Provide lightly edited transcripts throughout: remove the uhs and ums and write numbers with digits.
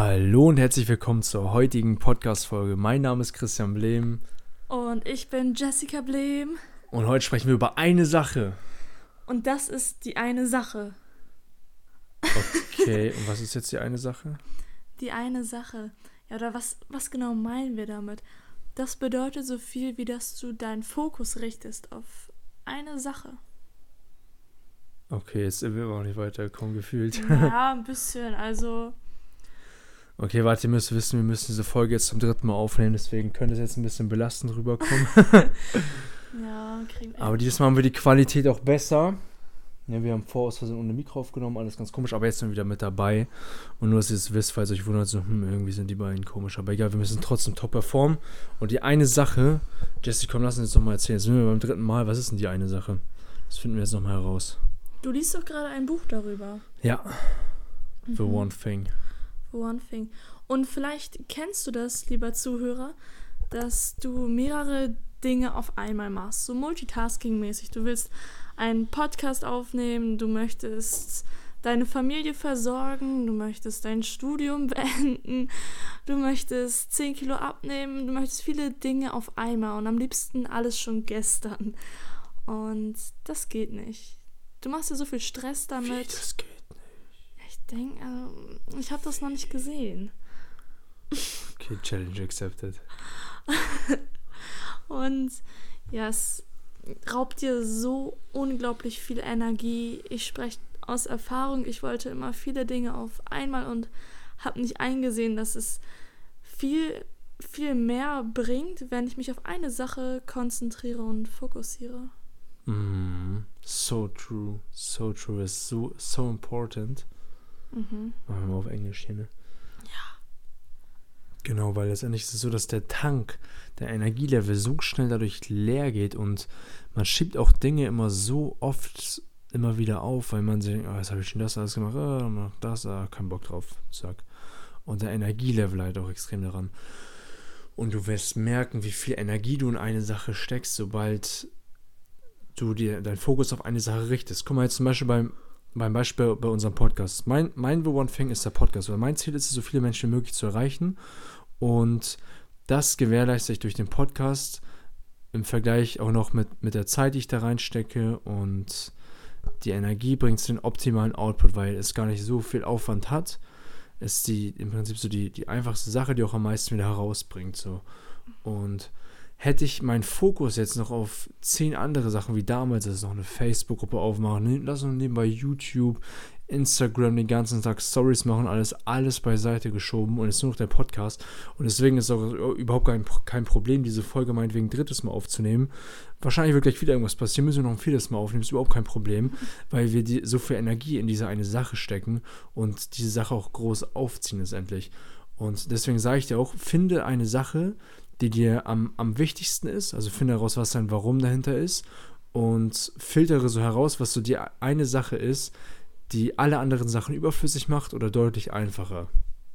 Hallo und herzlich willkommen zur heutigen Podcast-Folge. Mein Name ist Christian Blehm. Und ich bin Jessica Blehm. Und heute sprechen wir über eine Sache. Und das ist die eine Sache. Okay, und was ist jetzt die eine Sache? Die eine Sache. Ja, oder was genau meinen wir damit? Das bedeutet so viel, wie dass du deinen Fokus richtest auf eine Sache. Okay, jetzt sind wir auch nicht weitergekommen gefühlt. Ja, ein bisschen, also... Okay, warte, ihr müsst wissen, wir müssen diese Folge jetzt zum 3. Mal aufnehmen, deswegen könnte es jetzt ein bisschen belastend rüberkommen. Ja, kriegen wir. Aber dieses Mal haben wir die Qualität auch besser. Ja, wir haben aus Versehen ohne Mikro aufgenommen, alles ganz komisch, aber jetzt sind wir wieder mit dabei. Und nur, dass ihr es wisst, falls ihr euch wundert, so, irgendwie sind die beiden komisch. Aber egal, wir müssen trotzdem top performen. Und die eine Sache, Jesse, komm, lass uns jetzt nochmal erzählen. Jetzt sind wir beim 3. Mal, was ist denn die eine Sache? Das finden wir jetzt nochmal heraus. Du liest doch gerade ein Buch darüber. Ja, The One Thing. The One Thing. Und vielleicht kennst du das, lieber Zuhörer, dass du mehrere Dinge auf einmal machst, so Multitasking-mäßig. Du willst einen Podcast aufnehmen, du möchtest deine Familie versorgen, du möchtest dein Studium beenden, du möchtest 10 Kilo abnehmen, du möchtest viele Dinge auf einmal und am liebsten alles schon gestern. Und das geht nicht. Du machst dir so viel Stress damit. Wie, das geht nicht. Ich denke, ich habe das noch nicht gesehen. Okay, Challenge accepted. Und ja, es raubt dir so unglaublich viel Energie. Ich spreche aus Erfahrung, ich wollte immer viele Dinge auf einmal und habe nicht eingesehen, dass es viel, viel mehr bringt, wenn ich mich auf eine Sache konzentriere und fokussiere. So true. So true. It's so important. Machen wir mal auf Englisch hier, ne? Ja. Genau, weil letztendlich ist es so, dass der Tank, der Energielevel so schnell dadurch leer geht und man schiebt auch Dinge immer so oft immer wieder auf, weil man sich denkt, jetzt habe ich schon das alles gemacht, noch das, kein Bock drauf, zack. Und der Energielevel halt auch extrem daran. Und du wirst merken, wie viel Energie du in eine Sache steckst, sobald du dir deinen Fokus auf eine Sache richtest. Guck mal jetzt zum Beispiel beim Beispiel bei unserem Podcast. Mein The One Thing ist der Podcast, weil mein Ziel ist es, so viele Menschen wie möglich zu erreichen und das gewährleiste ich durch den Podcast im Vergleich auch noch mit der Zeit, die ich da reinstecke und die Energie bringt es den optimalen Output, weil es gar nicht so viel Aufwand hat. Es ist im Prinzip so die einfachste Sache, die auch am meisten wieder herausbringt. So. Und hätte ich meinen Fokus jetzt noch auf 10 andere Sachen wie damals, also noch eine Facebook-Gruppe aufmachen, lass uns nebenbei YouTube, Instagram den ganzen Tag Stories machen, alles beiseite geschoben und es ist nur noch der Podcast. Und deswegen ist es auch überhaupt kein Problem, diese Folge meinetwegen 3. Mal aufzunehmen. Wahrscheinlich wird gleich wieder irgendwas passieren, müssen wir noch ein 4. Mal aufnehmen, ist überhaupt kein Problem, weil wir so viel Energie in diese eine Sache stecken und diese Sache auch groß aufziehen letztendlich. Und deswegen sage ich dir auch, finde eine Sache, die dir am wichtigsten ist, also finde heraus, was dein Warum dahinter ist und filtere so heraus, was so die eine Sache ist, die alle anderen Sachen überflüssig macht oder deutlich einfacher.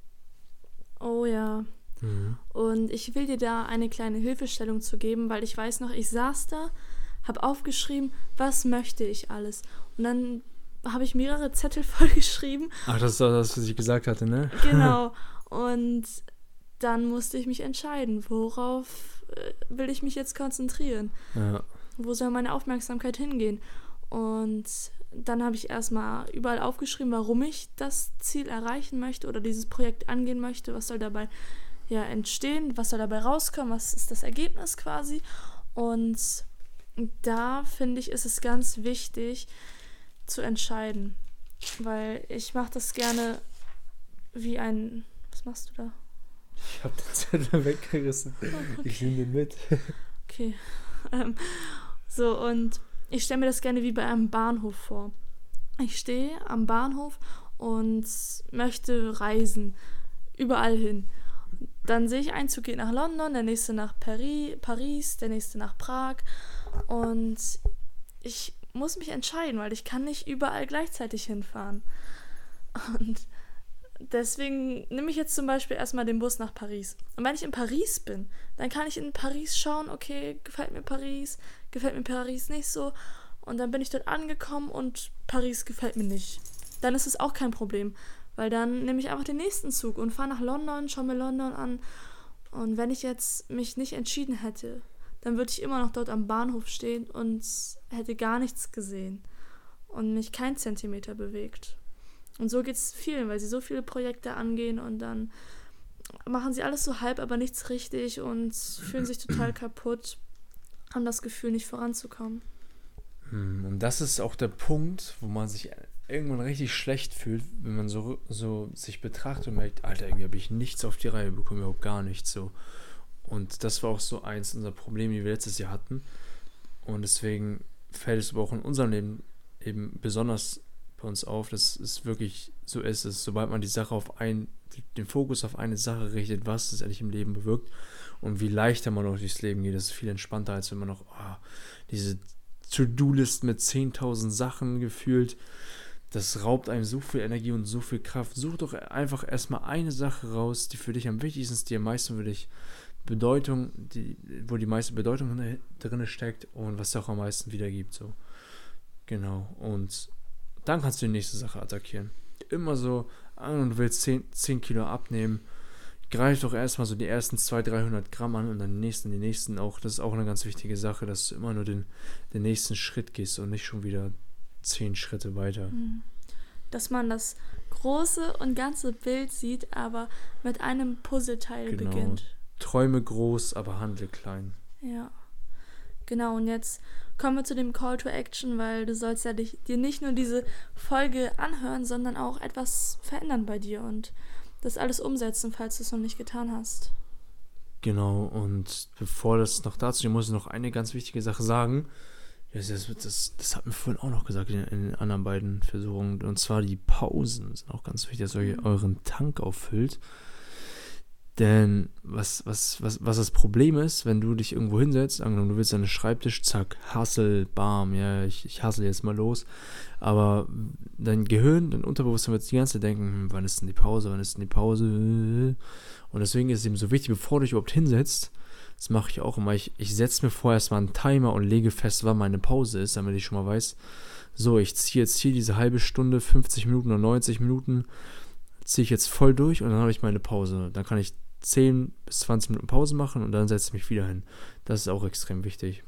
Oh ja. Und ich will dir da eine kleine Hilfestellung zu geben, weil ich weiß noch, ich saß da, habe aufgeschrieben, was möchte ich alles. Und dann habe ich mehrere Zettel vollgeschrieben. Ach, das ist das, was ich gesagt hatte, ne? Genau. Und dann musste ich mich entscheiden, worauf will ich mich jetzt konzentrieren? Ja. Wo soll meine Aufmerksamkeit hingehen? Und dann habe ich erstmal überall aufgeschrieben, warum ich das Ziel erreichen möchte oder dieses Projekt angehen möchte. Was soll dabei entstehen? Was soll dabei rauskommen? Was ist das Ergebnis quasi? Und da finde ich, ist es ganz wichtig zu entscheiden. Weil ich mache das gerne wie ein... Was machst du da? Ich habe den Zettel weggerissen. Oh, okay. Ich nehme den mit. Okay. So, und ich stelle mir das gerne wie bei einem Bahnhof vor. Ich stehe am Bahnhof und möchte reisen. Überall hin. Dann sehe ich, ein Zug geht nach London, der nächste nach Paris, der nächste nach Prag. Und ich muss mich entscheiden, weil ich kann nicht überall gleichzeitig hinfahren. Und deswegen nehme ich jetzt zum Beispiel erstmal den Bus nach Paris. Und wenn ich in Paris bin, dann kann ich in Paris schauen, okay, gefällt mir Paris nicht so. Und dann bin ich dort angekommen und Paris gefällt mir nicht. Dann ist es auch kein Problem, Weil dann nehme ich einfach den nächsten Zug und fahre nach London, schaue mir London an. Und wenn ich jetzt mich nicht entschieden hätte, dann würde ich immer noch dort am Bahnhof stehen und hätte gar nichts gesehen und mich kein Zentimeter bewegt. Und so geht es vielen, weil sie so viele Projekte angehen und dann machen sie alles so halb, aber nichts richtig und fühlen sich total kaputt, haben das Gefühl, nicht voranzukommen. Und das ist auch der Punkt, wo man sich irgendwann richtig schlecht fühlt, wenn man so sich betrachtet und merkt, Alter, irgendwie habe ich nichts auf die Reihe bekommen, überhaupt gar nichts so. Und das war auch so eins unserer Probleme, die wir letztes Jahr hatten. Und deswegen fällt es aber auch in unserem Leben eben besonders bei uns auf, dass es wirklich so ist, dass sobald man die Sache den Fokus auf eine Sache richtet, was es eigentlich im Leben bewirkt und wie leichter man auch durchs Leben geht, das ist viel entspannter, als wenn man noch diese To-Do-List mit 10.000 Sachen gefühlt, das raubt einem so viel Energie und so viel Kraft. Such doch einfach erstmal eine Sache raus, die für dich am wichtigsten ist, die am meisten für dich wo die meiste Bedeutung drin steckt und was dir auch am meisten wiedergibt. So. Genau. Und dann kannst du die nächste Sache attackieren. Immer so, du willst 10 Kilo abnehmen, greif doch erstmal so die ersten 200-300 Gramm an und dann die nächsten auch. Das ist auch eine ganz wichtige Sache, dass du immer nur den nächsten Schritt gehst und nicht schon wieder 10 Schritte weiter. Dass man das große und ganze Bild sieht, aber mit einem Puzzleteil beginnt. Träume groß, aber handle klein. Ja, genau. Und jetzt kommen wir zu dem Call to Action, weil du sollst ja dir nicht nur diese Folge anhören, sondern auch etwas verändern bei dir und das alles umsetzen, falls du es noch nicht getan hast. Genau, und bevor das noch dazu geht, muss ich noch eine ganz wichtige Sache sagen. Das hat mir vorhin auch noch gesagt in den anderen beiden Versuchungen. Und zwar die Pausen sind auch ganz wichtig, dass ihr euren Tank auffüllt. Denn was das Problem ist, wenn du dich irgendwo hinsetzt, angenommen, du willst an den Schreibtisch, zack, Hustle, bam, ja, ich hustle jetzt mal los. Aber dein Gehirn, dein Unterbewusstsein wird die ganze Zeit denken, wann ist denn die Pause? Und deswegen ist es eben so wichtig, bevor du dich überhaupt hinsetzt, das mache ich auch immer, ich setze mir vorher erstmal einen Timer und lege fest, wann meine Pause ist, damit ich schon mal weiß, so, ich ziehe jetzt hier diese halbe Stunde, 50 Minuten oder 90 Minuten, ziehe ich jetzt voll durch und dann habe ich meine Pause. Dann kann ich 10 bis 20 Minuten Pause machen und dann setze ich mich wieder hin. Das ist auch extrem wichtig.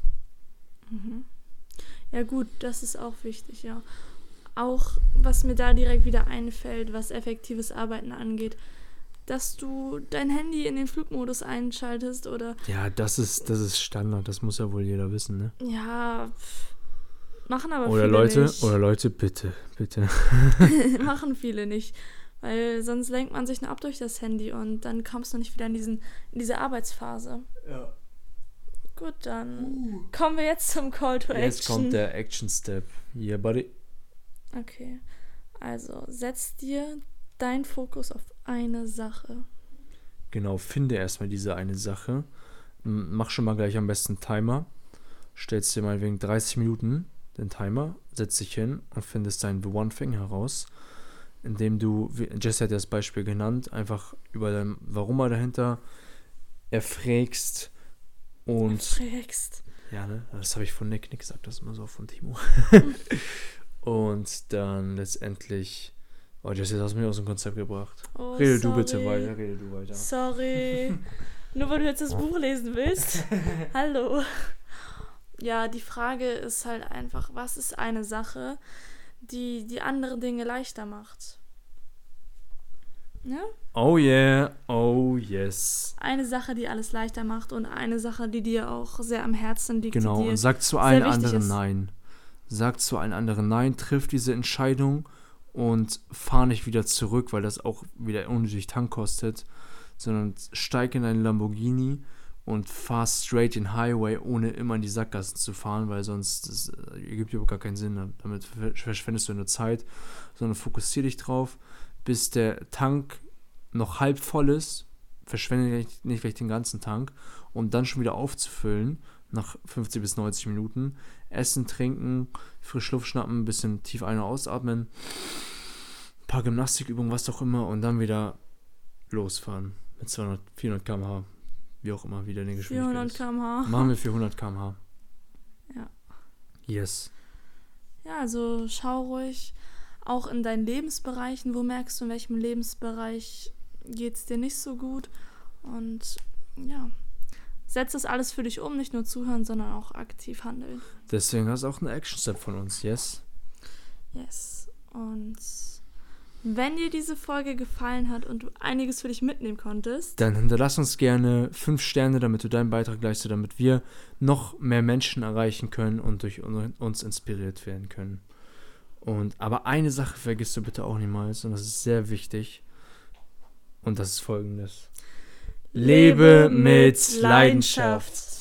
Ja gut, das ist auch wichtig, ja. Auch, was mir da direkt wieder einfällt, was effektives Arbeiten angeht, dass du dein Handy in den Flugmodus einschaltest oder... Ja, das ist Standard, das muss ja wohl jeder wissen, ne? Ja, machen aber oder viele Leute, nicht. Oder Leute, bitte. Machen viele nicht. Weil sonst lenkt man sich nur ab durch das Handy und dann kommst du nicht wieder in diese Arbeitsphase. Ja. Gut, dann kommen wir jetzt zum Call to Action. Jetzt kommt der Action-Step. Yeah, buddy. Okay, also setz dir deinen Fokus auf eine Sache. Genau, finde erstmal diese eine Sache. Mach schon mal gleich am besten einen Timer. Stellst dir mal wegen 30 Minuten den Timer, setz dich hin und findest dein The One Thing heraus, indem du, Jesse hat ja das Beispiel genannt, einfach über dein Warum dahinter erfrägst und... Ja, ne? Das habe ich von Nick gesagt, das ist immer so von Timo. Und dann letztendlich... Oh, Jesse, hast du mich aus dem Konzept gebracht. Oh, Rede du bitte weiter. Sorry. Nur weil du jetzt das Buch lesen willst. Hallo. Ja, die Frage ist halt einfach, was ist eine Sache, die andere Dinge leichter macht? Ja? Oh yeah, oh yes. Eine Sache, die alles leichter macht und eine Sache, die dir auch sehr am Herzen liegt. Genau, und sag zu allen anderen Nein. Sag zu allen anderen Nein, triff diese Entscheidung und fahr nicht wieder zurück, weil das auch wieder unnötig Tank kostet, sondern steig in einen Lamborghini und fahr straight den Highway, ohne immer in die Sackgassen zu fahren, weil sonst das ergibt überhaupt gar keinen Sinn. Damit verschwendest du nur Zeit, sondern fokussier dich drauf, bis der Tank noch halb voll ist, verschwende nicht gleich den ganzen Tank, um dann schon wieder aufzufüllen, nach 50 bis 90 Minuten. Essen, trinken, frisch Luft schnappen, ein bisschen tief ein- und ausatmen, ein paar Gymnastikübungen, was auch immer, und dann wieder losfahren mit 200, 400 km/h, wie auch immer wieder eine Geschwindigkeit 400 km/h. Machen wir 400 km/h. Ja. Yes. Ja, also schau ruhig auch in deinen Lebensbereichen, wo merkst du, in welchem Lebensbereich geht es dir nicht so gut. Und ja, setz das alles für dich um, nicht nur zuhören, sondern auch aktiv handeln. Deswegen hast du auch einen Action-Step von uns, yes? Yes. Und wenn dir diese Folge gefallen hat und du einiges für dich mitnehmen konntest, dann hinterlass uns gerne 5 Sterne, damit du deinen Beitrag leistest, damit wir noch mehr Menschen erreichen können und durch uns inspiriert werden können. Aber eine Sache vergisst du bitte auch niemals, und das ist sehr wichtig, und das ist folgendes: Lebe mit Leidenschaft.